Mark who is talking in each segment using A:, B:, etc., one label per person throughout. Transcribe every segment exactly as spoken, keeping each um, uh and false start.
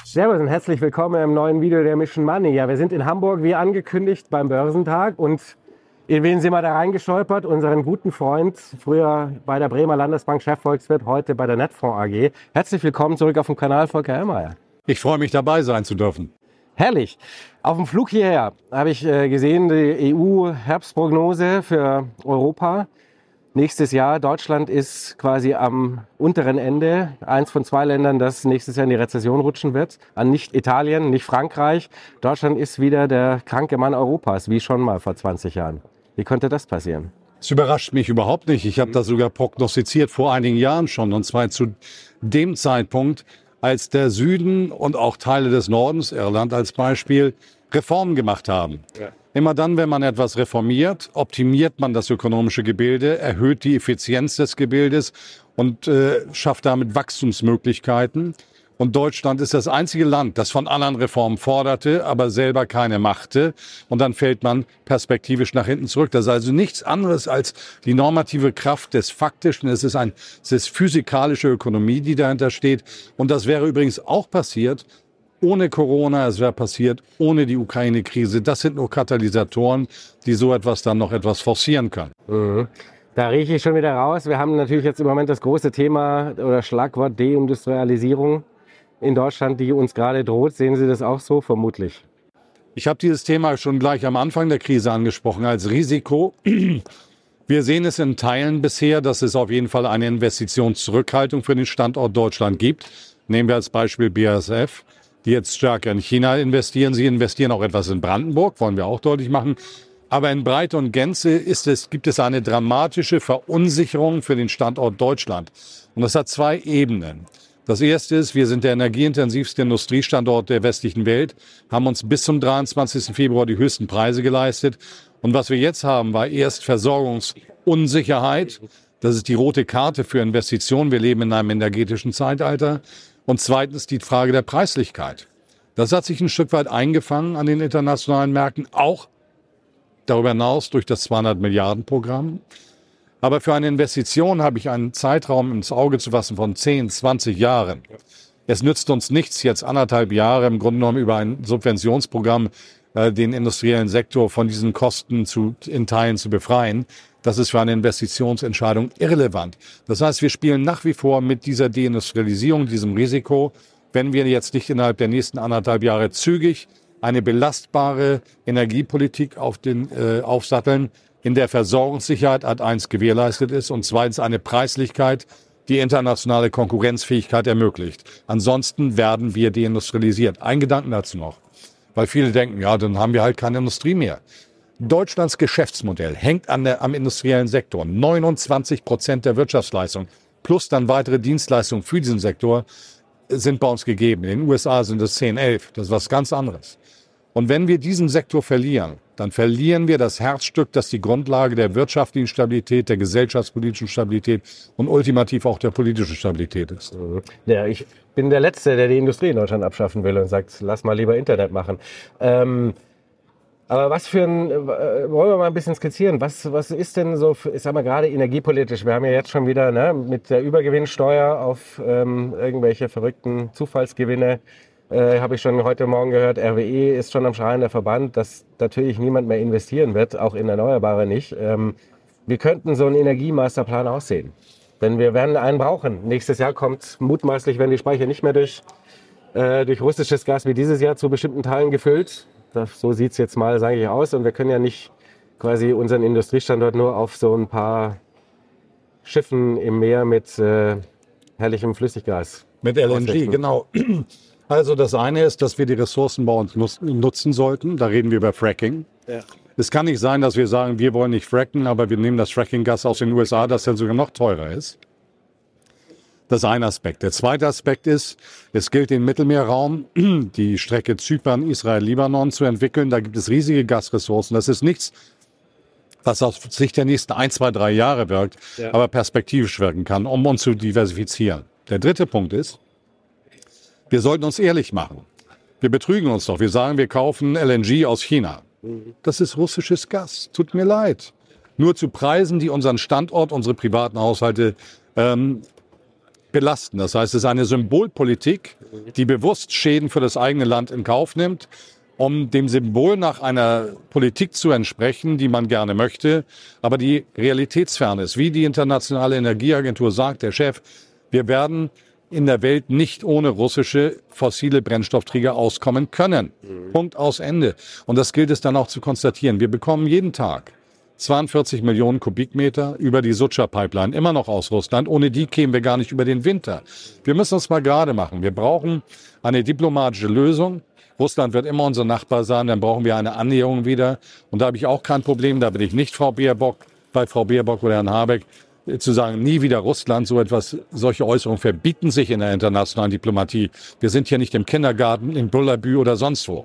A: Servus und herzlich willkommen im neuen Video der Mission Money. Ja, wir sind in Hamburg, wie angekündigt, beim Börsentag. Und in wen sind wir da reingestolpert? Unseren guten Freund, früher bei der Bremer Landesbank Chefvolkswirt, heute bei der Netfonds A G. Herzlich willkommen zurück auf dem Kanal, Volker Hellmeier.
B: Ich freue mich, dabei sein zu dürfen.
A: Herrlich. Auf dem Flug hierher habe ich gesehen, die E U-Herbstprognose für Europa. Nächstes Jahr, Deutschland ist quasi am unteren Ende, eins von zwei Ländern, das nächstes Jahr in die Rezession rutschen wird. An nicht Italien, nicht Frankreich. Deutschland ist wieder der kranke Mann Europas, wie schon mal vor zwanzig Jahren. Wie konnte das passieren?
B: Es überrascht mich überhaupt nicht. Ich habe das sogar prognostiziert vor einigen Jahren schon. Und zwar zu dem Zeitpunkt, als der Süden und auch Teile des Nordens, Irland als Beispiel, Reformen gemacht haben. Ja. Immer dann, wenn man etwas reformiert, optimiert man das ökonomische Gebilde, erhöht die Effizienz des Gebildes und äh, schafft damit Wachstumsmöglichkeiten. Und Deutschland ist das einzige Land, das von anderen Reformen forderte, aber selber keine machte. Und dann fällt man perspektivisch nach hinten zurück. Das ist also nichts anderes als die normative Kraft des Faktischen. Es ist ein, es ist physikalische Ökonomie, die dahinter steht. Und das wäre übrigens auch passiert ohne Corona, es wäre passiert ohne die Ukraine-Krise. Das sind nur Katalysatoren, die so etwas dann noch etwas forcieren können.
A: Mhm. Da rieche ich schon wieder raus. Wir haben natürlich jetzt im Moment das große Thema oder Schlagwort Deindustrialisierung in Deutschland, die uns gerade droht. Sehen Sie das auch so? Vermutlich.
B: Ich habe dieses Thema schon gleich am Anfang der Krise angesprochen als Risiko. Wir sehen es in Teilen bisher, dass es auf jeden Fall eine Investitionszurückhaltung für den Standort Deutschland gibt. Nehmen wir als Beispiel B A S F, die jetzt stärker in China investieren. Sie investieren auch etwas in Brandenburg, wollen wir auch deutlich machen. Aber in Breite und Gänze ist es, gibt es eine dramatische Verunsicherung für den Standort Deutschland. Und das hat zwei Ebenen. Das erste ist, wir sind der energieintensivste Industriestandort der westlichen Welt, haben uns bis zum dreiundzwanzigsten Februar die höchsten Preise geleistet. Und was wir jetzt haben, war erst Versorgungsunsicherheit. Das ist die rote Karte für Investitionen. Wir leben in einem energetischen Zeitalter. Und zweitens die Frage der Preislichkeit. Das hat sich ein Stück weit eingefangen an den internationalen Märkten, auch darüber hinaus durch das zweihundert Milliarden Programm. Aber für eine Investition habe ich einen Zeitraum ins Auge zu fassen von zehn, zwanzig Jahren. Es nützt uns nichts, jetzt anderthalb Jahre im Grunde genommen über ein Subventionsprogramm äh, den industriellen Sektor von diesen Kosten zu, in Teilen zu befreien. Das ist für eine Investitionsentscheidung irrelevant. Das heißt, wir spielen nach wie vor mit dieser Deindustrialisierung, diesem Risiko, wenn wir jetzt nicht innerhalb der nächsten anderthalb Jahre zügig eine belastbare Energiepolitik auf den, äh, aufsatteln, in der Versorgungssicherheit Ad eins gewährleistet ist und zweitens eine Preislichkeit, die internationale Konkurrenzfähigkeit ermöglicht. Ansonsten werden wir deindustrialisiert. Ein Gedanken dazu noch, weil viele denken, ja, dann haben wir halt keine Industrie mehr. Deutschlands Geschäftsmodell hängt an der, am industriellen Sektor. neunundzwanzig Prozent der Wirtschaftsleistung plus dann weitere Dienstleistungen für diesen Sektor sind bei uns gegeben. In den U S A sind es zehn, elf. Das ist was ganz anderes. Und wenn wir diesen Sektor verlieren, dann verlieren wir das Herzstück, das die Grundlage der wirtschaftlichen Stabilität, der gesellschaftspolitischen Stabilität und ultimativ auch der politischen Stabilität ist.
A: Ja, ich bin der Letzte, der die Industrie in Deutschland abschaffen will und sagt, lass mal lieber Internet machen. Ähm Aber was für ein, äh, wollen wir mal ein bisschen skizzieren, was, was ist denn so, für, ich sag mal gerade energiepolitisch, wir haben ja jetzt schon wieder ne, mit der Übergewinnsteuer auf ähm, irgendwelche verrückten Zufallsgewinne, äh, habe ich schon heute Morgen gehört, R W E ist schon am Schreien, der Verband, dass natürlich niemand mehr investieren wird, auch in Erneuerbare nicht. Ähm, wie könnten so ein Energiemasterplan aussehen? Denn wir werden einen brauchen. Nächstes Jahr kommt mutmaßlich, werden die Speicher nicht mehr durch, äh, durch russisches Gas wie dieses Jahr zu bestimmten Teilen gefüllt. Das, so sieht es jetzt mal, sage ich, aus. Und wir können ja nicht quasi unseren Industriestandort nur auf so ein paar Schiffen im Meer mit äh, herrlichem Flüssiggas.
B: Mit L N G, genau. Also das eine ist, dass wir die Ressourcen bei uns nutzen sollten. Da reden wir über Fracking. Ja. Es kann nicht sein, dass wir sagen, wir wollen nicht fracken, aber wir nehmen das Fracking-Gas aus den U S A, das dann sogar noch teurer ist. Das ist ein Aspekt. Der zweite Aspekt ist, es gilt den Mittelmeerraum, die Strecke Zypern, Israel, Libanon zu entwickeln. Da gibt es riesige Gasressourcen. Das ist nichts, was aus Sicht der nächsten ein, zwei, drei Jahre wirkt, ja, aber perspektivisch wirken kann, um uns zu diversifizieren. Der dritte Punkt ist, wir sollten uns ehrlich machen. Wir betrügen uns doch. Wir sagen, wir kaufen L N G aus China. Das ist russisches Gas. Tut mir leid. Nur zu Preisen, die unseren Standort, unsere privaten Haushalte ähm, belasten. Das heißt, es ist eine Symbolpolitik, die bewusst Schäden für das eigene Land in Kauf nimmt, um dem Symbol nach einer Politik zu entsprechen, die man gerne möchte, aber die realitätsfern ist. Wie die Internationale Energieagentur sagt, der Chef, wir werden in der Welt nicht ohne russische fossile Brennstoffträger auskommen können. Mhm. Punkt, aus, Ende. Und das gilt es dann auch zu konstatieren. Wir bekommen jeden Tag zweiundvierzig Millionen Kubikmeter über die Sucha-Pipeline, immer noch aus Russland. Ohne die kämen wir gar nicht über den Winter. Wir müssen uns mal gerade machen. Wir brauchen eine diplomatische Lösung. Russland wird immer unser Nachbar sein, dann brauchen wir eine Annäherung wieder. Und da habe ich auch kein Problem, da bin ich nicht Frau Baerbock, bei Frau Baerbock oder Herrn Habeck, zu sagen, nie wieder Russland, so etwas, solche Äußerungen verbieten sich in der internationalen Diplomatie. Wir sind hier nicht im Kindergarten, in Bullabü oder sonst wo.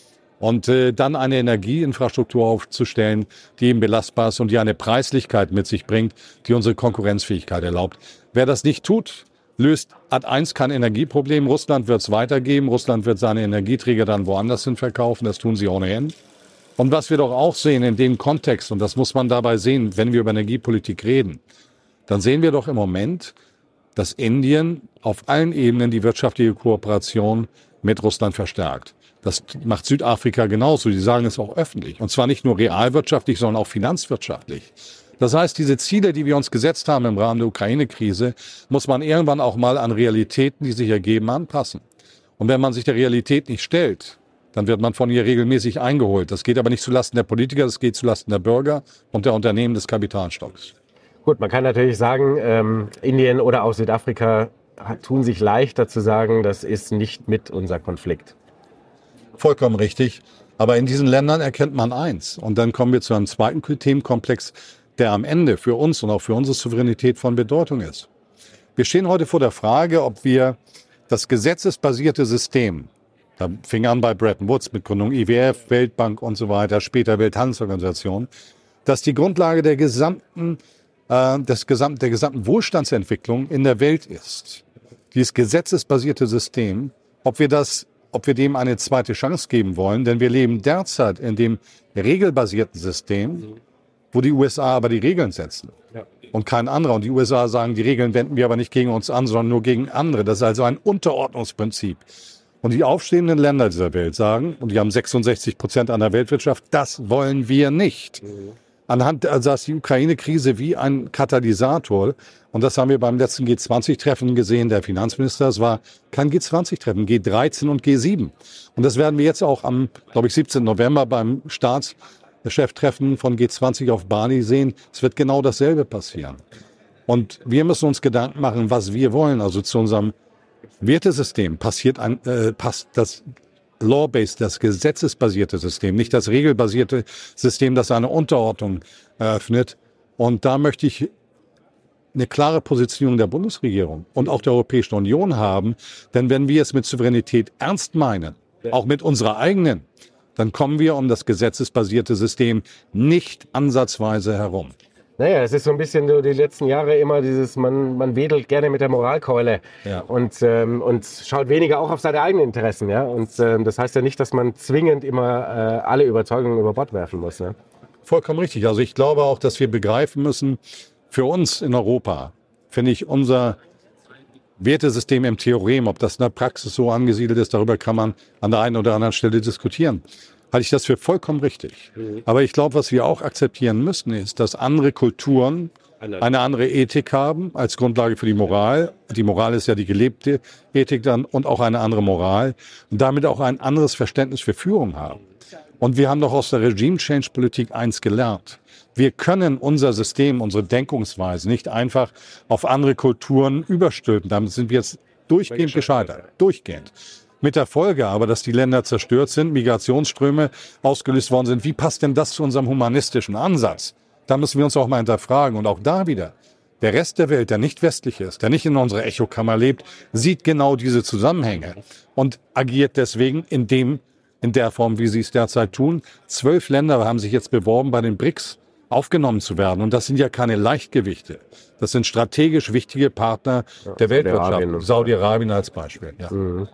B: Und äh, dann eine Energieinfrastruktur aufzustellen, die eben belastbar ist und die eine Preislichkeit mit sich bringt, die unsere Konkurrenzfähigkeit erlaubt. Wer das nicht tut, löst Ad eins kein Energieproblem. Russland wird es weitergeben. Russland wird seine Energieträger dann woanders hin verkaufen. Das tun sie ohnehin. Und was wir doch auch sehen in dem Kontext, und das muss man dabei sehen, wenn wir über Energiepolitik reden, dann sehen wir doch im Moment, dass Indien auf allen Ebenen die wirtschaftliche Kooperation mit Russland verstärkt. Das macht Südafrika genauso. Die sagen es auch öffentlich. Und zwar nicht nur realwirtschaftlich, sondern auch finanzwirtschaftlich. Das heißt, diese Ziele, die wir uns gesetzt haben im Rahmen der Ukraine-Krise, muss man irgendwann auch mal an Realitäten, die sich ergeben, anpassen. Und wenn man sich der Realität nicht stellt, dann wird man von ihr regelmäßig eingeholt. Das geht aber nicht zulasten der Politiker, das geht zulasten der Bürger und der Unternehmen des Kapitalstocks.
A: Gut, man kann natürlich sagen, ähm, Indien oder auch Südafrika tun sich leichter zu sagen, das ist nicht mit unser Konflikt.
B: Vollkommen richtig. Aber in diesen Ländern erkennt man eins. Und dann kommen wir zu einem zweiten Themenkomplex, der am Ende für uns und auch für unsere Souveränität von Bedeutung ist. Wir stehen heute vor der Frage, ob wir das gesetzesbasierte System, da fing an bei Bretton Woods mit Gründung I W F, Weltbank und so weiter, später Welthandelsorganisation, dass die Grundlage der gesamten, äh, des gesamten, der gesamten Wohlstandsentwicklung in der Welt ist. Dieses gesetzesbasierte System, ob wir das, ob wir dem eine zweite Chance geben wollen, denn wir leben derzeit in dem regelbasierten System, wo die U S A aber die Regeln setzen ja. und kein anderer. Und die U S A sagen, die Regeln wenden wir aber nicht gegen uns an, sondern nur gegen andere. Das ist also ein Unterordnungsprinzip. Und die aufstehenden Länder dieser Welt sagen, und die haben sechsundsechzig Prozent an der Weltwirtschaft, das wollen wir nicht. Mhm. Anhand, also ist die Ukraine-Krise wie ein Katalysator. Und das haben wir beim letzten G zwanzig Treffen gesehen, der Finanzminister. Es war kein G zwanzig Treffen, G dreizehn und G sieben. Und das werden wir jetzt auch am, glaube ich, siebzehnten November beim Staatscheftreffen von G zwanzig auf Bali sehen. Es wird genau dasselbe passieren. Und wir müssen uns Gedanken machen, was wir wollen. Also zu unserem Wertesystem passiert ein, äh, passt das Law-based, das gesetzesbasierte System, nicht das regelbasierte System, das eine Unterordnung eröffnet. Und da möchte ich eine klare Positionierung der Bundesregierung und auch der Europäischen Union haben. Denn wenn wir es mit Souveränität ernst meinen, auch mit unserer eigenen, dann kommen wir um das gesetzesbasierte System nicht ansatzweise herum.
A: Naja, es ist so ein bisschen so die letzten Jahre immer dieses, man, man wedelt gerne mit der Moralkeule ja. und, ähm, und schaut weniger auch auf seine eigenen Interessen. Ja? Und ähm, das heißt ja nicht, dass man zwingend immer äh, alle Überzeugungen über Bord werfen muss. Ne?
B: Vollkommen richtig. Also ich glaube auch, dass wir begreifen müssen, für uns in Europa, finde ich, unser Wertesystem im Theorem, ob das in der Praxis so angesiedelt ist, darüber kann man an der einen oder anderen Stelle diskutieren. Halte ich das für vollkommen richtig. Mhm. Aber ich glaube, was wir auch akzeptieren müssen, ist, dass andere Kulturen eine andere Ethik haben als Grundlage für die Moral. Die Moral ist ja die gelebte Ethik dann und auch eine andere Moral und damit auch ein anderes Verständnis für Führung haben. Und wir haben doch aus der Regime-Change-Politik eins gelernt. Wir können unser System, unsere Denkungsweise nicht einfach auf andere Kulturen überstülpen. Damit sind wir jetzt durchgehend gescheitert. Durchgehend. Mit der Folge aber, dass die Länder zerstört sind, Migrationsströme ausgelöst worden sind. Wie passt denn das zu unserem humanistischen Ansatz? Da müssen wir uns auch mal hinterfragen. Und auch da wieder, der Rest der Welt, der nicht westlich ist, der nicht in unserer Echokammer lebt, sieht genau diese Zusammenhänge und agiert deswegen in dem, in der Form, wie sie es derzeit tun. Zwölf Länder haben sich jetzt beworben, bei den B R I C S aufgenommen zu werden. Und das sind ja keine Leichtgewichte. Das sind strategisch wichtige Partner ja, der Weltwirtschaft. Saudi-Arabien als Beispiel. Ja.
A: Mhm.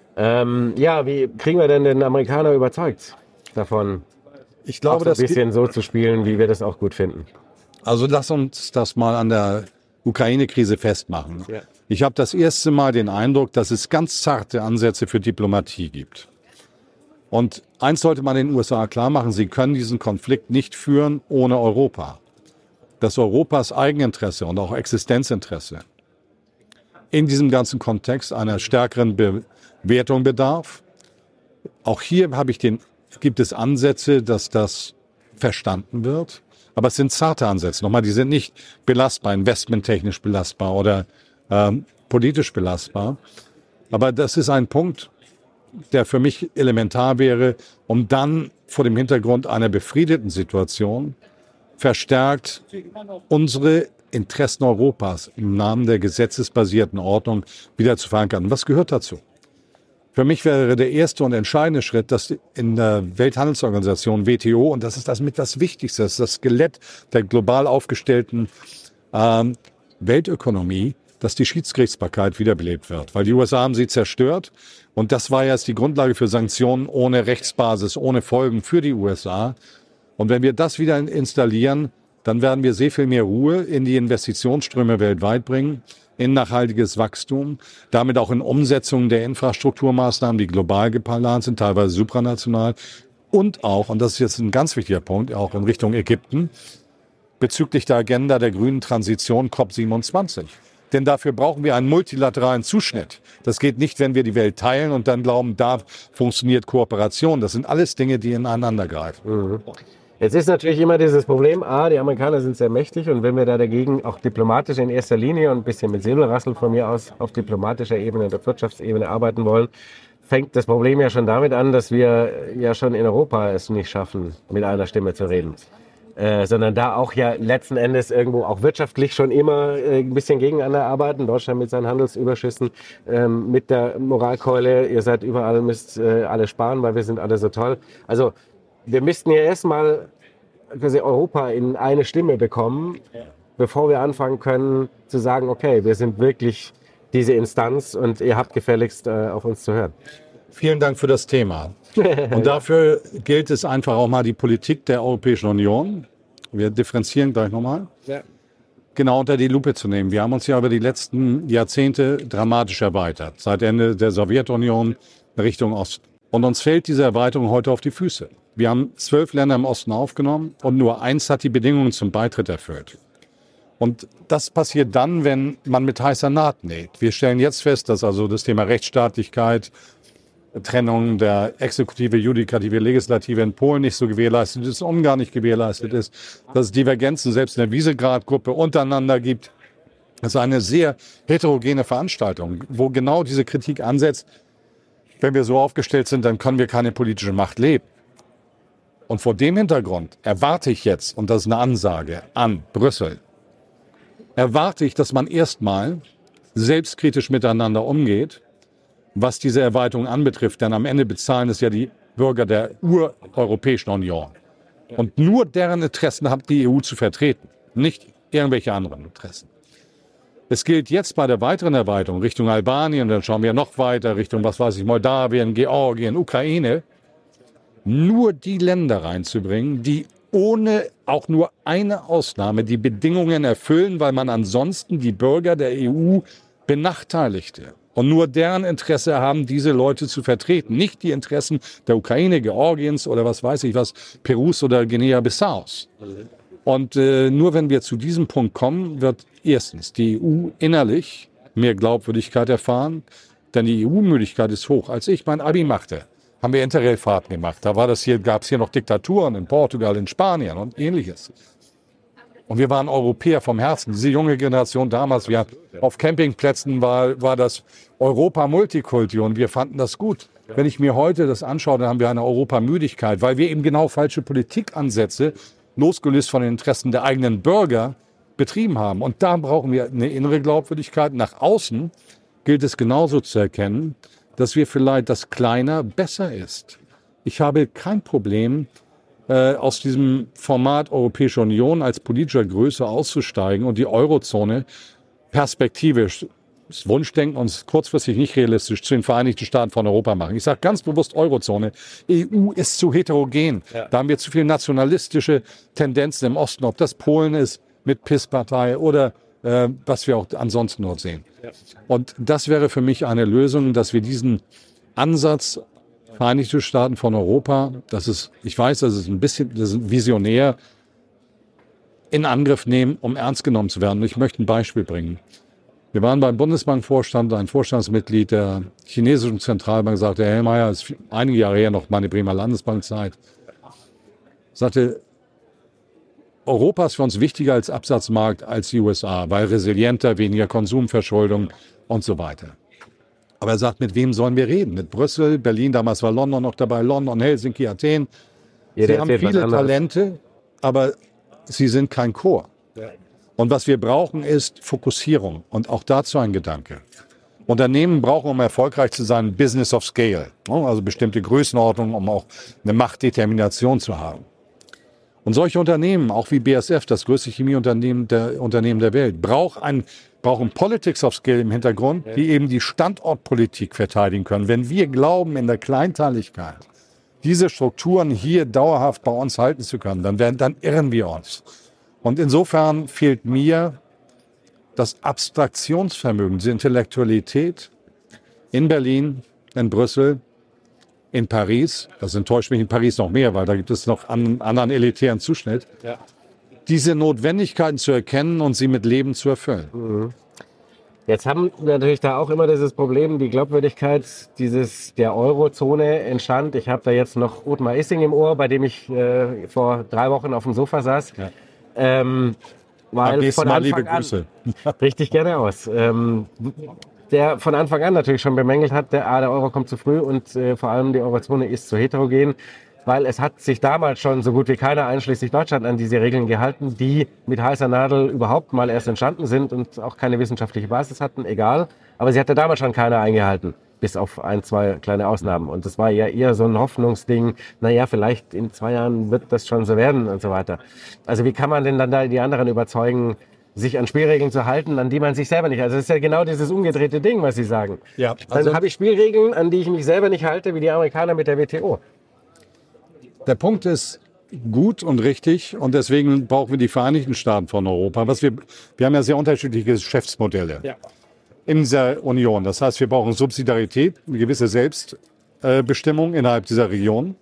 A: Ähm, ja, wie kriegen wir denn den Amerikaner überzeugt davon,
B: ich glaube,
A: auch so ein bisschen so zu spielen, wie wir das auch gut finden?
B: Also lass uns das mal an der Ukraine-Krise festmachen. Ja. Ich habe das erste Mal den Eindruck, dass es ganz zarte Ansätze für Diplomatie gibt. Und eins sollte man den U S A klar machen, sie können diesen Konflikt nicht führen ohne Europa. Dass Europas Eigeninteresse und auch Existenzinteresse in diesem ganzen Kontext einer stärkeren Bewertung bedarf. Auch hier habe ich den, gibt es Ansätze, dass das verstanden wird. Aber es sind zarte Ansätze. Nochmal, die sind nicht belastbar, investmenttechnisch belastbar oder ähm, politisch belastbar. Aber das ist ein Punkt, der für mich elementar wäre, um dann vor dem Hintergrund einer befriedeten Situation verstärkt unsere Interessen Europas im Namen der gesetzesbasierten Ordnung wieder zu verankern. Was gehört dazu? Für mich wäre der erste und entscheidende Schritt, dass in der Welthandelsorganisation W T O, und das ist das mit das Wichtigste, das ist das Skelett der global aufgestellten ähm, Weltökonomie, dass die Schiedsgerichtsbarkeit wiederbelebt wird. Weil die U S A haben sie zerstört und das war jetzt die Grundlage für Sanktionen ohne Rechtsbasis, ohne Folgen für die U S A. Und wenn wir das wieder installieren, dann werden wir sehr viel mehr Ruhe in die Investitionsströme weltweit bringen, in nachhaltiges Wachstum, damit auch in Umsetzung der Infrastrukturmaßnahmen, die global geplant sind, teilweise supranational. Und auch, und das ist jetzt ein ganz wichtiger Punkt, auch in Richtung Ägypten, bezüglich der Agenda der grünen Transition C O P siebenundzwanzig. Denn dafür brauchen wir einen multilateralen Zuschnitt. Das geht nicht, wenn wir die Welt teilen und dann glauben, da funktioniert Kooperation. Das sind alles Dinge, die ineinander greifen.
A: Mhm. Jetzt ist natürlich immer dieses Problem, A, die Amerikaner sind sehr mächtig und wenn wir da dagegen auch diplomatisch in erster Linie und ein bisschen mit Säbelrassel von mir aus auf diplomatischer Ebene und auf Wirtschaftsebene arbeiten wollen, fängt das Problem ja schon damit an, dass wir ja schon in Europa es nicht schaffen, mit einer Stimme zu reden. Äh, sondern da auch ja letzten Endes irgendwo auch wirtschaftlich schon immer äh, ein bisschen gegeneinander arbeiten. Deutschland mit seinen Handelsüberschüssen, ähm, mit der Moralkeule, ihr seid überall, müsst äh, alle sparen, weil wir sind alle so toll. Also wir müssten ja erstmal quasi Europa in eine Stimme bekommen, bevor wir anfangen können zu sagen, okay, wir sind wirklich diese Instanz und ihr habt gefälligst äh, auf uns zu hören.
B: Vielen Dank für das Thema. Und dafür gilt es einfach auch mal die Politik der Europäischen Union, wir differenzieren gleich nochmal, ja. genau unter die Lupe zu nehmen. Wir haben uns ja über die letzten Jahrzehnte dramatisch erweitert, seit Ende der Sowjetunion Richtung Osten. Und uns fällt diese Erweiterung heute auf die Füße. Wir haben zwölf Länder im Osten aufgenommen und nur eins hat die Bedingungen zum Beitritt erfüllt. Und das passiert dann, wenn man mit heißer Naht näht. Wir stellen jetzt fest, dass also das Thema Rechtsstaatlichkeit, Trennung der Exekutive, Judikative, Legislative in Polen nicht so gewährleistet ist, in Ungarn nicht gewährleistet ist, dass es Divergenzen selbst in der Visegrad-Gruppe untereinander gibt. Das ist eine sehr heterogene Veranstaltung, wo genau diese Kritik ansetzt. Wenn wir so aufgestellt sind, dann können wir keine politische Macht leben. Und vor dem Hintergrund erwarte ich jetzt, und das ist eine Ansage an Brüssel, erwarte ich, dass man erstmal selbstkritisch miteinander umgeht, was diese Erweiterung anbetrifft. Denn am Ende bezahlen es ja die Bürger der Ur-Europäischen Union. Und nur deren Interessen hat die E U zu vertreten, nicht irgendwelche anderen Interessen. Es gilt jetzt bei der weiteren Erweiterung Richtung Albanien, dann schauen wir noch weiter Richtung, was weiß ich, Moldawien, Georgien, Ukraine, nur die Länder reinzubringen, die ohne auch nur eine Ausnahme die Bedingungen erfüllen, weil man ansonsten die Bürger der E U benachteiligte. Und nur deren Interesse haben, diese Leute zu vertreten. Nicht die Interessen der Ukraine, Georgiens oder was weiß ich was, Perus oder Guinea-Bissaus. Und äh, nur wenn wir zu diesem Punkt kommen, wird erstens die E U innerlich mehr Glaubwürdigkeit erfahren, denn die E U-Müdigkeit ist hoch. Als ich mein Abi machte, haben wir Interrail-Fahrten gemacht. Da war das hier, gab es hier noch Diktaturen in Portugal, in Spanien und Ähnliches. Und wir waren Europäer vom Herzen. Diese junge Generation damals, wir auf Campingplätzen war, war das Europa Multikulti und wir fanden das gut. Wenn ich mir heute das anschaue, dann haben wir eine Europamüdigkeit, weil wir eben genau falsche Politikansätze, losgelöst von den Interessen der eigenen Bürger, betrieben haben. Und da brauchen wir eine innere Glaubwürdigkeit. Nach außen gilt es genauso zu erkennen, dass wir vielleicht das Kleiner besser ist. Ich habe kein Problem, äh, aus diesem Format Europäische Union als politischer Größe auszusteigen und die Eurozone perspektivisch, das Wunschdenken und kurzfristig nicht realistisch, zu den Vereinigten Staaten von Europa machen. Ich sage ganz bewusst Eurozone. E U ist zu heterogen. Ja. Da haben wir zu viele nationalistische Tendenzen im Osten, ob das Polen ist mit P I S-Partei oder äh, was wir auch ansonsten dort sehen. Und das wäre für mich eine Lösung, dass wir diesen Ansatz Vereinigte Staaten von Europa, das ist, ich weiß, das ist ein bisschen das ist visionär, in Angriff nehmen, um ernst genommen zu werden. Und ich möchte ein Beispiel bringen. Wir waren beim Bundesbankvorstand, ein Vorstandsmitglied der chinesischen Zentralbank sagte, Herr Hellmeier, das ist einige Jahre her, noch meine Bremer Landesbankzeit, sagte, Europa ist für uns wichtiger als Absatzmarkt als die U S A, weil resilienter, weniger Konsumverschuldung und so weiter. Aber er sagt, mit wem sollen wir reden? Mit Brüssel, Berlin, damals war London noch dabei, London, Helsinki, Athen.
A: Jeder
B: sie haben viele Talente, aber sie sind kein Chor. Ja. Und was wir brauchen, ist Fokussierung. Und auch dazu ein Gedanke. Unternehmen brauchen, um erfolgreich zu sein, Business of Scale. Also bestimmte Größenordnungen, um auch eine Machtdetermination zu haben. Und solche Unternehmen, auch wie B A S F, das größte Chemieunternehmen der, Unternehmen der Welt, braucht ein, brauchen Politics of Scale im Hintergrund, die eben die Standortpolitik verteidigen können. Wenn wir glauben, in der Kleinteiligkeit diese Strukturen hier dauerhaft bei uns halten zu können, dann, werden, dann irren wir uns. Und insofern fehlt mir das Abstraktionsvermögen, die Intellektualität in Berlin, in Brüssel, in Paris. Das enttäuscht mich in Paris noch mehr, weil da gibt es noch einen anderen elitären Zuschnitt. Ja. Diese Notwendigkeiten zu erkennen und sie mit Leben zu erfüllen.
A: Mhm. Jetzt haben wir natürlich da auch immer dieses Problem, die Glaubwürdigkeit dieses, der Eurozone entstand. Ich habe da jetzt noch Othmar Issing im Ohr, bei dem ich äh, vor drei Wochen auf dem Sofa saß. Ja. Ähm, weil von Anfang liebe Grüße. An, richtig gerne aus. Ähm, der von Anfang an natürlich schon bemängelt hat, der, ah, der Euro kommt zu früh und äh, vor allem die Eurozone ist zu heterogen. Weil es hat sich damals schon so gut wie keiner, einschließlich Deutschland, an diese Regeln gehalten, die mit heißer Nadel überhaupt mal erst entstanden sind und auch keine wissenschaftliche Basis hatten, egal. Aber sie hatte damals schon keiner eingehalten, bis auf ein, zwei kleine Ausnahmen. Und das war ja eher so ein Hoffnungsding, naja, vielleicht in zwei Jahren wird das schon so werden und so weiter. Also wie kann man denn dann da die anderen überzeugen, sich an Spielregeln zu halten, an die man sich selber nicht... Also das ist ja genau dieses umgedrehte Ding, was Sie sagen. Ja, also dann habe ich Spielregeln, an die ich mich selber nicht halte, wie die Amerikaner mit der W T O.
B: Der Punkt ist gut und richtig und deswegen brauchen wir die Vereinigten Staaten von Europa. Was wir, wir haben ja sehr unterschiedliche Geschäftsmodelle ja. in dieser Union. Das heißt, wir brauchen Subsidiarität, eine gewisse Selbstbestimmung innerhalb dieser Region.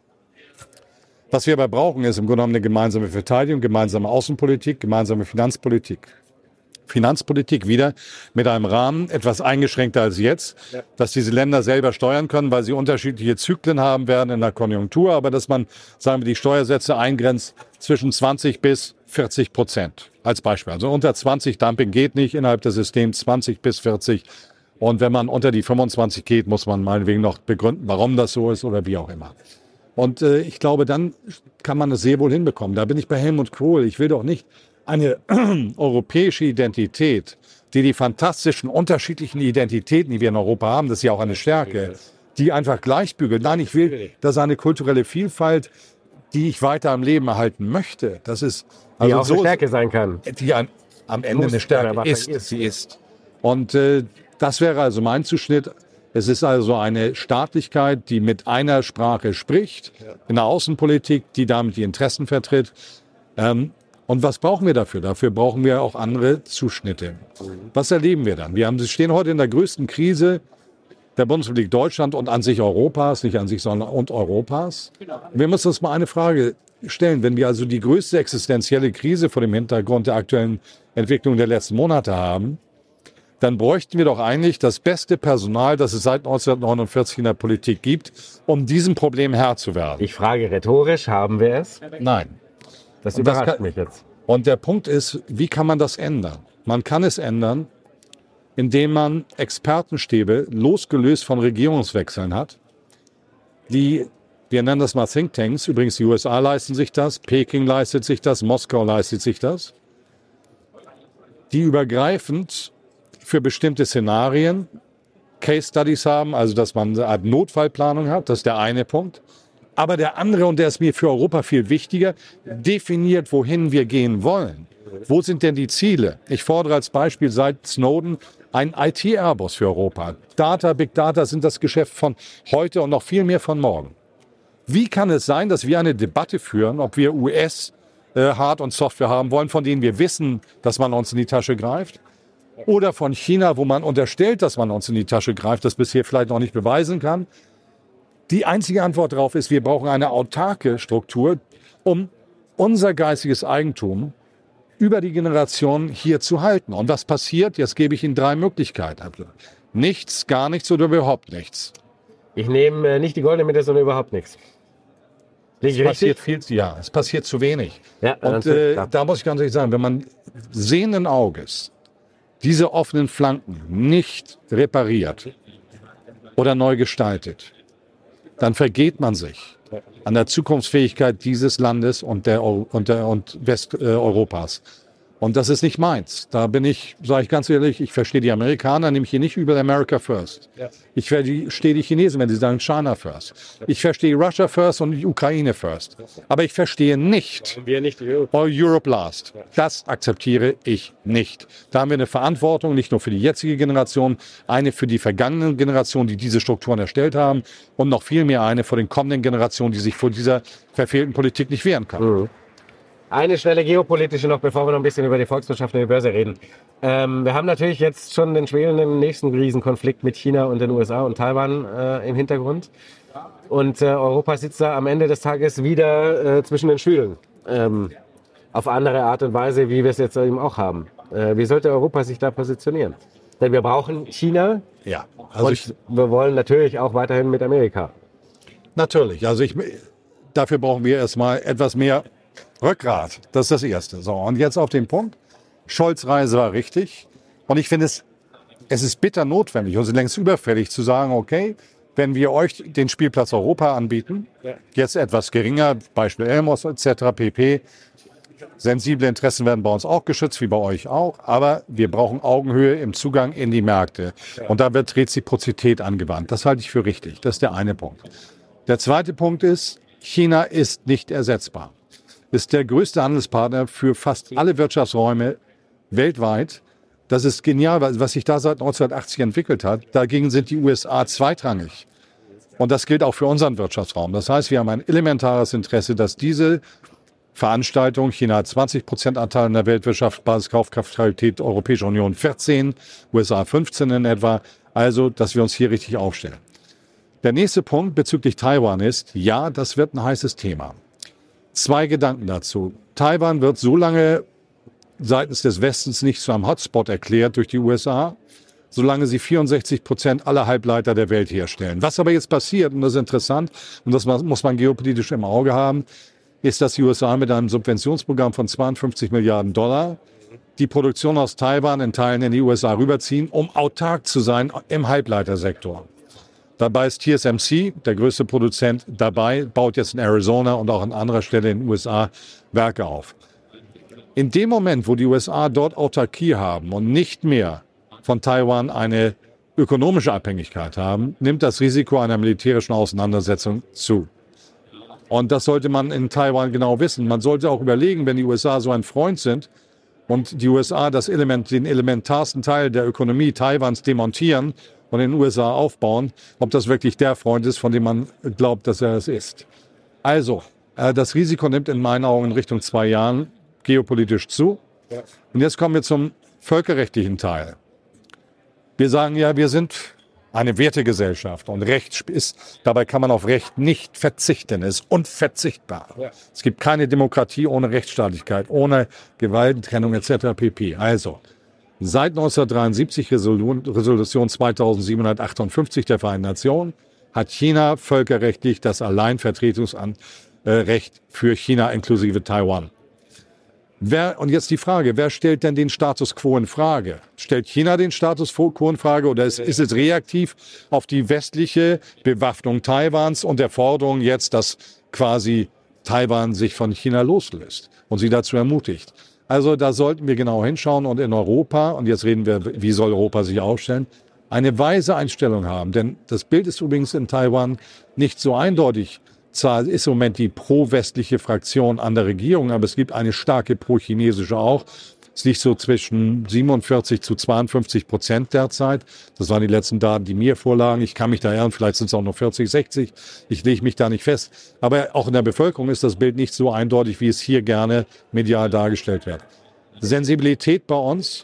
B: Was wir aber brauchen, ist im Grunde genommen eine gemeinsame Verteidigung, gemeinsame Außenpolitik, gemeinsame Finanzpolitik. Finanzpolitik wieder mit einem Rahmen, etwas eingeschränkter als jetzt, ja. dass diese Länder selber steuern können, weil sie unterschiedliche Zyklen haben werden in der Konjunktur, aber dass man, sagen wir, die Steuersätze eingrenzt zwischen zwanzig bis vierzig Prozent als Beispiel. Also unter zwanzig Dumping geht nicht innerhalb des Systems, zwanzig bis vierzig. Und wenn man unter die fünfundzwanzig geht, muss man meinetwegen noch begründen, warum das so ist oder wie auch immer. Und äh, ich glaube, dann kann man es sehr wohl hinbekommen. Da bin ich bei Helmut Kohl. Ich will doch nicht eine europäische Identität, die die fantastischen unterschiedlichen Identitäten, die wir in Europa haben, das ist ja auch eine Stärke, die einfach gleichbügelt. Nein, ich will, dass eine kulturelle Vielfalt, die ich weiter am Leben erhalten möchte, das ist
A: also die auch so, eine Stärke sein kann.
B: Die an, am Ende Muss, eine Stärke ist, ist, sie ist. Und äh, das wäre also mein Zuschnitt. Es ist also eine Staatlichkeit, die mit einer Sprache spricht, in der Außenpolitik, die damit die Interessen vertritt. Ähm, Und was brauchen wir dafür? Dafür brauchen wir auch andere Zuschnitte. Was erleben wir dann? Wir haben, stehen heute in der größten Krise der Bundesrepublik Deutschland und an sich Europas, nicht an sich, sondern und Europas. Wir müssen uns mal eine Frage stellen. Wenn wir also die größte existenzielle Krise vor dem Hintergrund der aktuellen Entwicklung der letzten Monate haben, dann bräuchten wir doch eigentlich das beste Personal, das es seit neunzehnhundertneunundvierzig in der Politik gibt, um diesem Problem Herr zu werden.
A: Ich frage rhetorisch, haben wir es?
B: Nein.
A: Das überrascht das kann, mich jetzt.
B: Und der Punkt ist, wie kann man das ändern? Man kann es ändern, indem man Expertenstäbe losgelöst von Regierungswechseln hat, die, wir nennen das mal Thinktanks, übrigens die U S A leisten sich das, Peking leistet sich das, Moskau leistet sich das, die übergreifend für bestimmte Szenarien Case Studies haben, also dass man eine Art Notfallplanung hat, das ist der eine Punkt. Aber der andere, und der ist mir für Europa viel wichtiger, definiert, wohin wir gehen wollen. Wo sind denn die Ziele? Ich fordere als Beispiel seit Snowden einen I T-Airbus für Europa. Data, Big Data sind das Geschäft von heute und noch viel mehr von morgen. Wie kann es sein, dass wir eine Debatte führen, ob wir U S-Hard- und Software haben wollen, von denen wir wissen, dass man uns in die Tasche greift? oder von China, wo man unterstellt, dass man uns in die Tasche greift, das bisher vielleicht noch nicht beweisen kann. Die einzige Antwort darauf ist, wir brauchen eine autarke Struktur, um unser geistiges Eigentum über die Generation hier zu halten. Und was passiert? Jetzt gebe ich Ihnen drei Möglichkeiten. Nichts, gar nichts oder überhaupt nichts.
A: Ich nehme äh, nicht die goldene Mitte, sondern überhaupt nichts.
B: Es passiert viel, ja, es passiert zu wenig.
A: Ja,
B: und äh, da muss ich ganz ehrlich sagen, wenn man sehenden Auges diese offenen Flanken nicht repariert oder neu gestaltet, dann vergeht man sich an der Zukunftsfähigkeit dieses Landes und, der, und, der, und Westeuropas. Und das ist nicht meins. Da bin ich, sage ich ganz ehrlich, ich verstehe die Amerikaner, nämlich hier nicht über America First. Ja. Ich verstehe die Chinesen, wenn sie sagen China First. Ich verstehe Russia First und die Ukraine First. Aber ich verstehe nicht,
A: wir nicht Europe.
B: Europe Last. Das akzeptiere ich nicht. Da haben wir eine Verantwortung, nicht nur für die jetzige Generation, eine für die vergangenen Generationen, die diese Strukturen erstellt haben und noch viel mehr eine vor den kommenden Generationen, die sich vor dieser verfehlten Politik nicht wehren kann.
A: Mhm. Eine schnelle geopolitische noch, bevor wir noch ein bisschen über die Volkswirtschaft und die Börse reden. Ähm, wir haben natürlich jetzt schon den schwelenden nächsten Riesenkonflikt mit China und den U S A und Taiwan äh, im Hintergrund. Und äh, Europa sitzt da am Ende des Tages wieder äh, zwischen den Stühlen. Ähm, auf andere Art und Weise, wie wir es jetzt eben auch haben. Äh, wie sollte Europa sich da positionieren? Denn wir brauchen China.
B: Ja, also
A: und
B: ich,
A: wir wollen natürlich auch weiterhin mit Amerika.
B: Natürlich. Also ich, dafür brauchen wir erstmal etwas mehr Rückgrat, das ist das Erste. So, und jetzt auf den Punkt. Scholz' Reise war richtig. Und ich finde es, es ist bitter notwendig und es ist längst überfällig zu sagen, okay, wenn wir euch den Spielplatz Europa anbieten, ja. jetzt etwas geringer, Beispiel Elmos et cetera pp. Sensible Interessen werden bei uns auch geschützt, wie bei euch auch. Aber wir brauchen Augenhöhe im Zugang in die Märkte. Ja. Und da wird Reziprozität angewandt. Das halte ich für richtig. Das ist der eine Punkt. Der zweite Punkt ist, China ist nicht ersetzbar. Ist der größte Handelspartner für fast alle Wirtschaftsräume weltweit. Das ist genial, was sich da seit neunzehnhundertachtzig entwickelt hat. Dagegen sind die U S A zweitrangig. Und das gilt auch für unseren Wirtschaftsraum. Das heißt, wir haben ein elementares Interesse, dass diese Veranstaltung, China hat zwanzig Prozent Anteil in der Weltwirtschaft, Basiskaufkraftparität Europäische Union vierzehn, U S A fünfzehn in etwa. Also, dass wir uns hier richtig aufstellen. Der nächste Punkt bezüglich Taiwan ist, ja, das wird ein heißes Thema. Zwei Gedanken dazu. Taiwan wird so lange seitens des Westens nicht zu einem Hotspot erklärt durch die U S A, solange sie vierundsechzig Prozent aller Halbleiter der Welt herstellen. Was aber jetzt passiert, und das ist interessant, und das muss man geopolitisch im Auge haben, ist, dass die U S A mit einem Subventionsprogramm von zweiundfünfzig Milliarden Dollar die Produktion aus Taiwan in Teilen in die U S A rüberziehen, um autark zu sein im Halbleitersektor. Dabei ist T S M C, der größte Produzent, dabei, baut jetzt in Arizona und auch an anderer Stelle in den U S A Werke auf. In dem Moment, wo die U S A dort Autarkie haben und nicht mehr von Taiwan eine ökonomische Abhängigkeit haben, nimmt das Risiko einer militärischen Auseinandersetzung zu. Und das sollte man in Taiwan genau wissen. Man sollte auch überlegen, wenn die U S A so ein Freund sind und die U S A das Element, den elementarsten Teil der Ökonomie Taiwans demontieren und in den U S A aufbauen, ob das wirklich der Freund ist, von dem man glaubt, dass er es ist. Also, äh, das Risiko nimmt in meinen Augen in Richtung zwei Jahren geopolitisch zu. Ja. Und jetzt kommen wir zum völkerrechtlichen Teil. Wir sagen ja, wir sind eine Wertegesellschaft und Recht ist, dabei kann man auf Recht nicht verzichten, es ist unverzichtbar. Ja. Es gibt keine Demokratie ohne Rechtsstaatlichkeit, ohne Gewaltentrennung et cetera pp. Also, seit neunzehnhundertdreiundsiebzig, Resolution zweitausendsiebenhundertachtundfünfzig der Vereinten Nationen, hat China völkerrechtlich das Alleinvertretungsrecht für China inklusive Taiwan. Wer, und jetzt die Frage, wer stellt denn den Status quo in Frage? Stellt China den Status quo in Frage oder ist, ist es reaktiv auf die westliche Bewaffnung Taiwans und der Forderung jetzt, dass quasi Taiwan sich von China loslöst und sie dazu ermutigt? Also da sollten wir genau hinschauen und in Europa, und jetzt reden wir, wie soll Europa sich aufstellen, eine weise Einstellung haben. Denn das Bild ist übrigens in Taiwan nicht so eindeutig. Zwar ist im Moment die pro-westliche Fraktion an der Regierung, aber es gibt eine starke pro-chinesische auch. Es liegt so zwischen siebenundvierzig zu zweiundfünfzig Prozent derzeit. Das waren die letzten Daten, die mir vorlagen. Ich kann mich da irren, vielleicht sind es auch noch vierzig, sechzig. Ich lege mich da nicht fest. Aber auch in der Bevölkerung ist das Bild nicht so eindeutig, wie es hier gerne medial dargestellt wird. Sensibilität bei uns,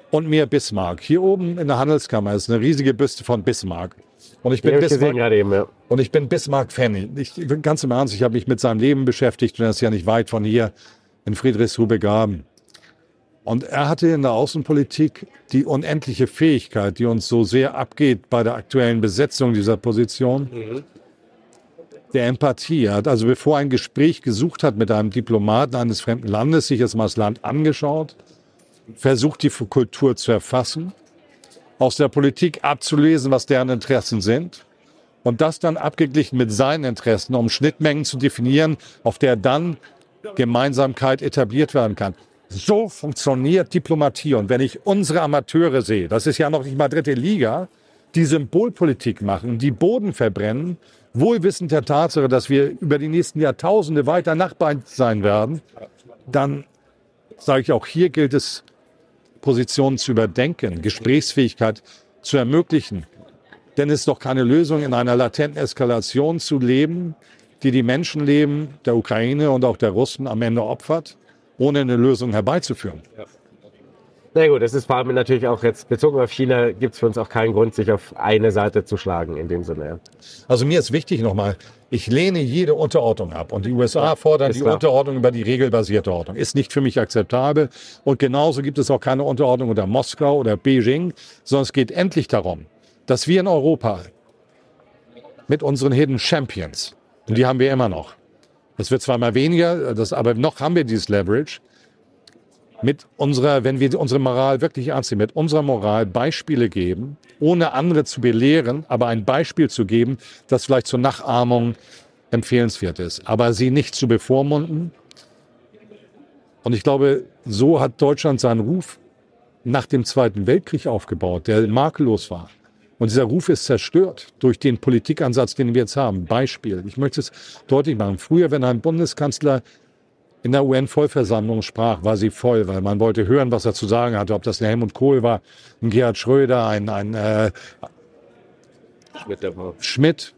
B: und mehr Bismarck. Hier oben in der Handelskammer ist eine riesige Büste von Bismarck. Und ich bin
A: hab ich gesehen
B: Bismarck,
A: gerade eben, ja.
B: und ich bin Bismarck-Fan. Ich, ganz im Ernst, ich habe mich mit seinem Leben beschäftigt und er ist ja nicht weit von hier in Friedrichsruh begraben. Und er hatte in der Außenpolitik die unendliche Fähigkeit, die uns so sehr abgeht bei der aktuellen Besetzung dieser Position, mhm. der Empathie. Er hat also, bevor er ein Gespräch gesucht hat mit einem Diplomaten eines fremden Landes, sich jetzt mal das Land angeschaut, versucht, die Kultur zu erfassen, aus der Politik abzulesen, was deren Interessen sind und das dann abgeglichen mit seinen Interessen, um Schnittmengen zu definieren, auf der dann Gemeinsamkeit etabliert werden kann. So funktioniert Diplomatie. Und wenn ich unsere Amateure sehe, das ist ja noch nicht mal dritte Liga, die Symbolpolitik machen, die Boden verbrennen, wohl wissend der Tatsache, dass wir über die nächsten Jahrtausende weiter Nachbarn sein werden, dann sage ich auch, hier gilt es, Positionen zu überdenken, Gesprächsfähigkeit zu ermöglichen. Denn es ist doch keine Lösung, in einer latenten Eskalation zu leben, die die Menschenleben der Ukraine und auch der Russen am Ende opfert, ohne eine Lösung herbeizuführen.
A: Ja. Na gut, es ist vor allem natürlich auch jetzt bezogen auf China, gibt es für uns auch keinen Grund, sich auf eine Seite zu schlagen in dem Sinne. Ja.
B: Also mir ist wichtig nochmal, ich lehne jede Unterordnung ab. Und die U S A fordern die klar. Unterordnung über die regelbasierte Ordnung. Ist nicht für mich akzeptabel. Und genauso gibt es auch keine Unterordnung unter Moskau oder Beijing, sondern es geht endlich darum, dass wir in Europa mit unseren Hidden Champions, und die haben wir immer noch, das wird zwar mal weniger, das, aber noch haben wir dieses Leverage, mit unserer, wenn wir unsere Moral wirklich ernst nehmen, mit unserer Moral Beispiele geben, ohne andere zu belehren, aber ein Beispiel zu geben, das vielleicht zur Nachahmung empfehlenswert ist, aber sie nicht zu bevormunden. Und ich glaube, so hat Deutschland seinen Ruf nach dem Zweiten Weltkrieg aufgebaut, der makellos war. Und dieser Ruf ist zerstört durch den Politikansatz, den wir jetzt haben. Beispiel, ich möchte es deutlich machen. Früher, wenn ein Bundeskanzler in der U N-Vollversammlung sprach, war sie voll, weil man wollte hören, was er zu sagen hatte. Ob das ein Helmut Kohl war, ein Gerhard Schröder, ein, ein äh,
A: Schmidt, der war.
B: Schmidt.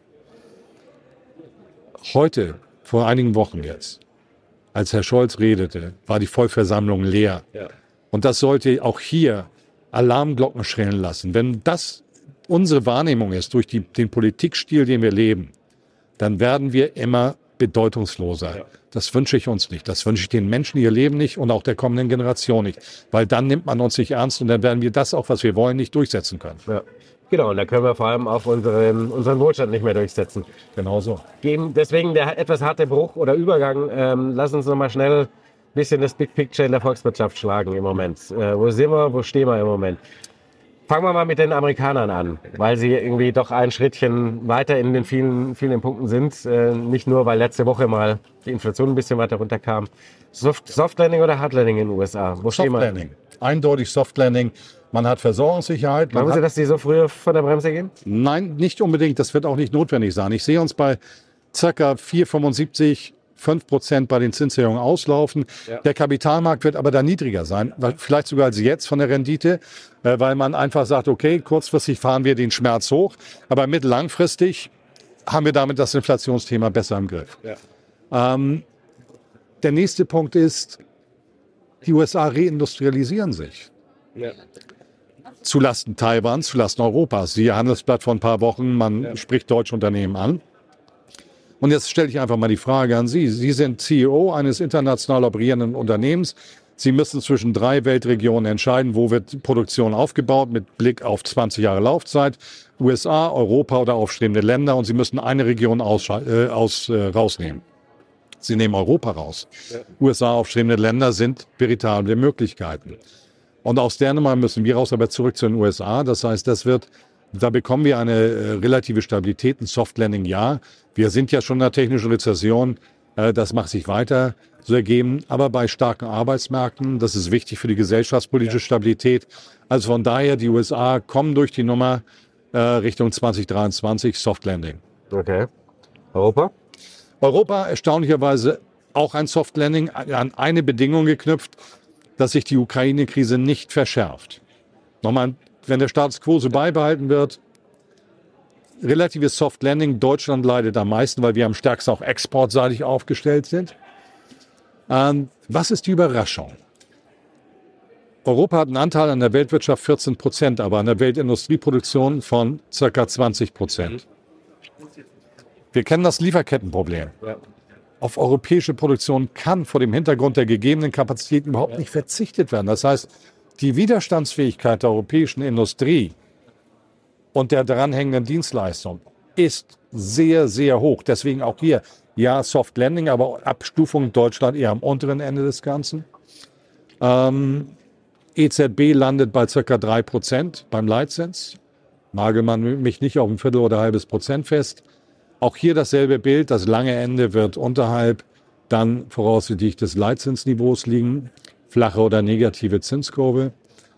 B: Heute, vor einigen Wochen jetzt, als Herr Scholz redete, war die Vollversammlung leer.
A: Ja.
B: Und das sollte auch hier Alarmglocken schrillen lassen. Wenn das unsere Wahrnehmung ist durch die, den Politikstil, den wir leben, dann werden wir immer bedeutungsloser. Ja. Das wünsche ich uns nicht. Das wünsche ich den Menschen, die hier leben, nicht und auch der kommenden Generation nicht. Weil dann nimmt man uns nicht ernst und dann werden wir das auch, was wir wollen, nicht durchsetzen können.
A: Ja. Genau, und da können wir vor allem auch unseren, unseren Wohlstand nicht mehr durchsetzen.
B: Genau so.
A: Deswegen der etwas harte Bruch oder Übergang. Ähm, lass uns nochmal schnell ein bisschen das Big Picture in der Volkswirtschaft schlagen im Moment. Äh, wo sind wir, wo stehen wir im Moment? Fangen wir mal mit den Amerikanern an, weil sie irgendwie doch ein Schrittchen weiter in den vielen, vielen Punkten sind. Äh, nicht nur, weil letzte Woche mal die Inflation ein bisschen weiter runterkam. Soft, Soft Landing oder Hard Landing in den U S A? Wo
B: Soft Landing. Eindeutig Soft Landing. Man hat Versorgungssicherheit.
A: Glauben Sie, dass die so früh von der Bremse gehen?
B: Nein, nicht unbedingt. Das wird auch nicht notwendig sein. Ich sehe uns bei ca. vier Komma fünfundsiebzig, fünf Prozent bei den Zinserhöhungen auslaufen. Ja. Der Kapitalmarkt wird aber da niedriger sein, vielleicht sogar als jetzt von der Rendite, weil man einfach sagt, okay, kurzfristig fahren wir den Schmerz hoch, aber mittellangfristig haben wir damit das Inflationsthema besser im Griff. Ja. Ähm, der nächste Punkt ist, die U S A reindustrialisieren sich. Ja. Zulasten Taiwans, zulasten Europas. Siehe Handelsblatt vor ein paar Wochen, man ja. spricht deutsche Unternehmen an. Und jetzt stelle ich einfach mal die Frage an Sie. Sie sind C E O eines international operierenden Unternehmens. Sie müssen zwischen drei Weltregionen entscheiden, wo wird Produktion aufgebaut mit Blick auf zwanzig Jahre Laufzeit. U S A, Europa oder aufstrebende Länder. Und Sie müssen eine Region aus, äh, aus, äh, rausnehmen. Sie nehmen Europa raus. Ja. U S A, aufstrebende Länder sind veritable Möglichkeiten. Und aus der Nummer müssen wir raus, aber zurück zu den U S A. Das heißt, das wird, da bekommen wir eine äh, relative Stabilität, ein Soft Landing, ja. Wir sind ja schon in einer technischen Rezession. Äh, das macht sich weiter so ergeben. Aber bei starken Arbeitsmärkten, das ist wichtig für die gesellschaftspolitische ja. Stabilität. Also von daher, die U S A kommen durch die Nummer äh, Richtung zwanzig dreiundzwanzig, Soft Landing.
A: Okay. Europa?
B: Europa erstaunlicherweise auch ein Soft Landing, an eine Bedingung geknüpft, dass sich die Ukraine-Krise nicht verschärft. Nochmal, wenn der Status quo so beibehalten wird, relatives Soft Landing, Deutschland leidet am meisten, weil wir am stärksten auch exportseitig aufgestellt sind. Ähm, was ist die Überraschung? Europa hat einen Anteil an der Weltwirtschaft vierzehn Prozent, aber an der Weltindustrieproduktion von ca. zwanzig Prozent. Wir kennen das Lieferkettenproblem.
A: Ja.
B: Auf europäische Produktion kann vor dem Hintergrund der gegebenen Kapazitäten überhaupt nicht verzichtet werden. Das heißt, die Widerstandsfähigkeit der europäischen Industrie und der daranhängenden Dienstleistung ist sehr, sehr hoch. Deswegen auch hier, ja, Soft Landing, aber Abstufung Deutschland eher am unteren Ende des Ganzen. Ähm, E Z B landet bei ca. drei Prozent beim Leitzins. Nagel man mich nicht auf ein Viertel oder ein halbes Prozent fest. Auch hier dasselbe Bild. Das lange Ende wird unterhalb dann voraussichtlich des Leitzinsniveaus liegen. Flache oder negative Zinskurve.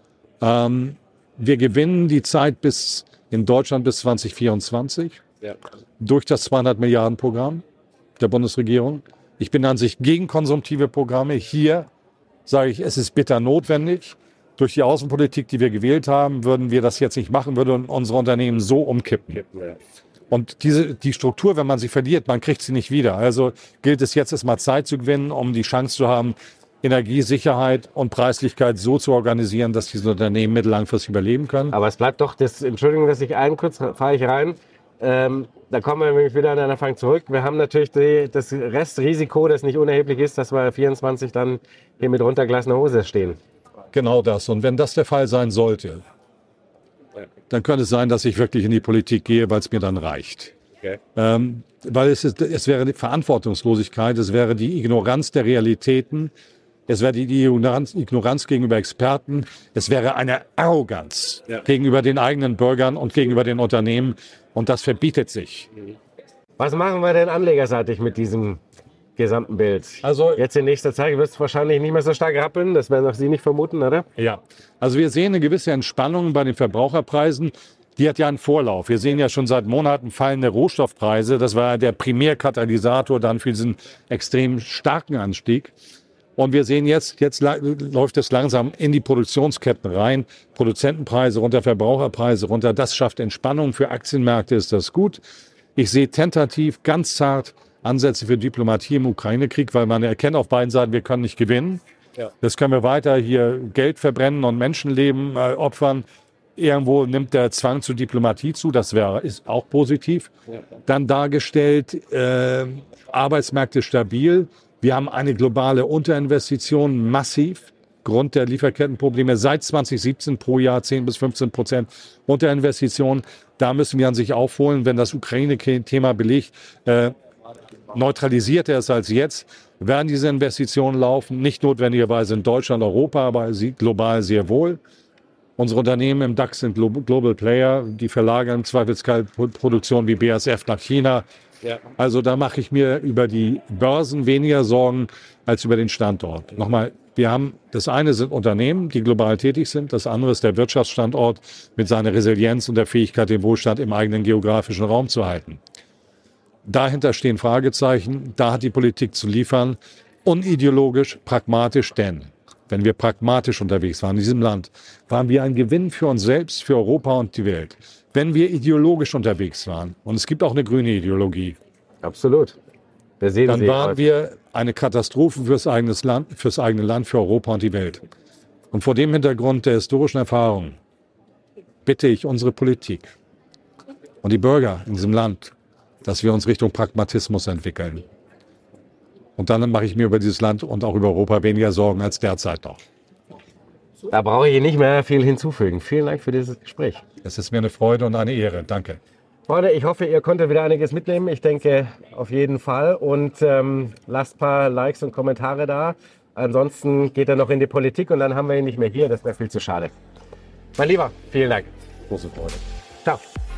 B: Ähm, wir gewinnen die Zeit bis in Deutschland bis zwanzig vierundzwanzig
A: Ja.
B: durch das zweihundert Milliarden Programm der Bundesregierung. Ich bin an sich gegen konsumtive Programme. Hier sage ich, es ist bitter notwendig. Durch die Außenpolitik, die wir gewählt haben, würden wir das jetzt nicht machen, würden unsere Unternehmen so umkippen. Und diese, die Struktur, wenn man sie verliert, man kriegt sie nicht wieder. Also gilt es jetzt erstmal Zeit zu gewinnen, um die Chance zu haben, Energiesicherheit und Preislichkeit so zu organisieren, dass diese Unternehmen mittellangfristig überleben können.
A: Aber es bleibt doch, das, Entschuldigung, dass ich ein kurz fahre ich rein. Ähm, da kommen wir nämlich wieder an den Anfang zurück. Wir haben natürlich die, das Restrisiko, das nicht unerheblich ist, dass wir vierundzwanzig dann hier mit runtergelassener Hose stehen.
B: Genau das. Und wenn das der Fall sein sollte, dann könnte es sein, dass ich wirklich in die Politik gehe, weil es mir dann reicht.
A: Okay.
B: Ähm, weil es, ist, es wäre die Verantwortungslosigkeit, es wäre die Ignoranz der Realitäten, es wäre die Ignoranz, Ignoranz gegenüber Experten, es wäre eine Arroganz
A: Ja.
B: gegenüber den eigenen Bürgern und gegenüber den Unternehmen. Und das verbietet sich.
A: Was machen wir denn anlegerseitig mit diesem gesamten Bild?
B: Also
A: Jetzt in nächster Zeit wird es wahrscheinlich nicht mehr so stark rappeln. Das werden auch Sie nicht vermuten, oder?
B: Ja, also wir sehen eine gewisse Entspannung bei den Verbraucherpreisen. Die hat ja einen Vorlauf. Wir sehen ja schon seit Monaten fallende Rohstoffpreise. Das war der Primärkatalysator dann für diesen extrem starken Anstieg. Und wir sehen jetzt, jetzt läuft es langsam in die Produktionsketten rein. Produzentenpreise runter, Verbraucherpreise runter. Das schafft Entspannung. Für Aktienmärkte ist das gut. Ich sehe tentativ, ganz zart Ansätze für Diplomatie im Ukraine-Krieg, weil man erkennt auf beiden Seiten, wir können nicht gewinnen.
A: Ja.
B: Das können wir weiter hier Geld verbrennen und Menschenleben äh, opfern. Irgendwo nimmt der Zwang zur Diplomatie zu, das wäre, ist auch positiv.
A: Ja.
B: Dann dargestellt, äh, Arbeitsmärkte stabil. Wir haben eine globale Unterinvestition massiv, Grund der Lieferkettenprobleme seit zwanzig siebzehn pro Jahr zehn bis fünfzehn Prozent Unterinvestition. Da müssen wir an sich aufholen, wenn das Ukraine-Thema belegt, äh, neutralisierter ist als jetzt, werden diese Investitionen laufen, nicht notwendigerweise in Deutschland, Europa, aber sie global sehr wohl. Unsere Unternehmen im DAX sind Global Player, die verlagern im Zweifelsfall Produktion wie B A S F nach China.
A: Ja.
B: Also da mache ich mir über die Börsen weniger Sorgen als über den Standort. Nochmal, wir haben, das eine sind Unternehmen, die global tätig sind, das andere ist der Wirtschaftsstandort mit seiner Resilienz und der Fähigkeit, den Wohlstand im eigenen geografischen Raum zu halten. Dahinter stehen Fragezeichen, da hat die Politik zu liefern, unideologisch, pragmatisch, denn wenn wir pragmatisch unterwegs waren in diesem Land, waren wir ein Gewinn für uns selbst, für Europa und die Welt. Wenn wir ideologisch unterwegs waren, und es gibt auch eine grüne Ideologie,
A: Absolut. Wir sehen
B: dann
A: Sie
B: waren
A: heute.
B: wir eine Katastrophe fürs eigene Land, fürs eigene Land, für Europa und die Welt. Und vor dem Hintergrund der historischen Erfahrung bitte ich unsere Politik und die Bürger in diesem Land, dass wir uns Richtung Pragmatismus entwickeln. Und dann mache ich mir über dieses Land und auch über Europa weniger Sorgen als derzeit noch.
A: Da brauche ich nicht mehr viel hinzufügen. Vielen Dank für dieses Gespräch.
B: Es ist mir eine Freude und eine Ehre. Danke.
A: Freunde, ich hoffe, ihr konntet wieder einiges mitnehmen. Ich denke, auf jeden Fall. Und ähm, lasst ein paar Likes und Kommentare da. Ansonsten geht er noch in die Politik und dann haben wir ihn nicht mehr hier. Das wäre viel zu schade. Mein Lieber, vielen Dank.
B: Große Freude.
A: Ciao.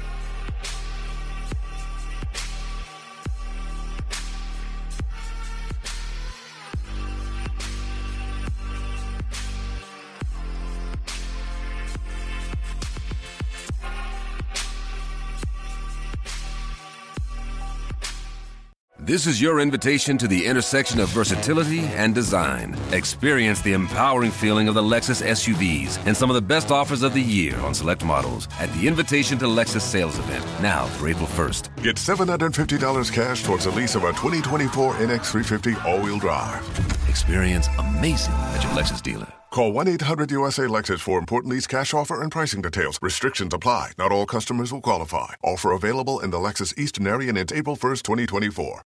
C: This is your invitation to the intersection of versatility and design. Experience the empowering feeling of the Lexus S U Vs and some of the best offers of the year on select models at the Invitation to Lexus sales event, now for April first.
D: Get seven hundred fifty dollars cash towards a lease of a twenty twenty-four N X three fifty all-wheel drive.
C: Experience amazing at your Lexus dealer.
D: Call one eight hundred U S A Lexus for important lease cash offer and pricing details. Restrictions apply. Not all customers will qualify. Offer available in the Lexus Eastern area and it's April first, twenty twenty-four.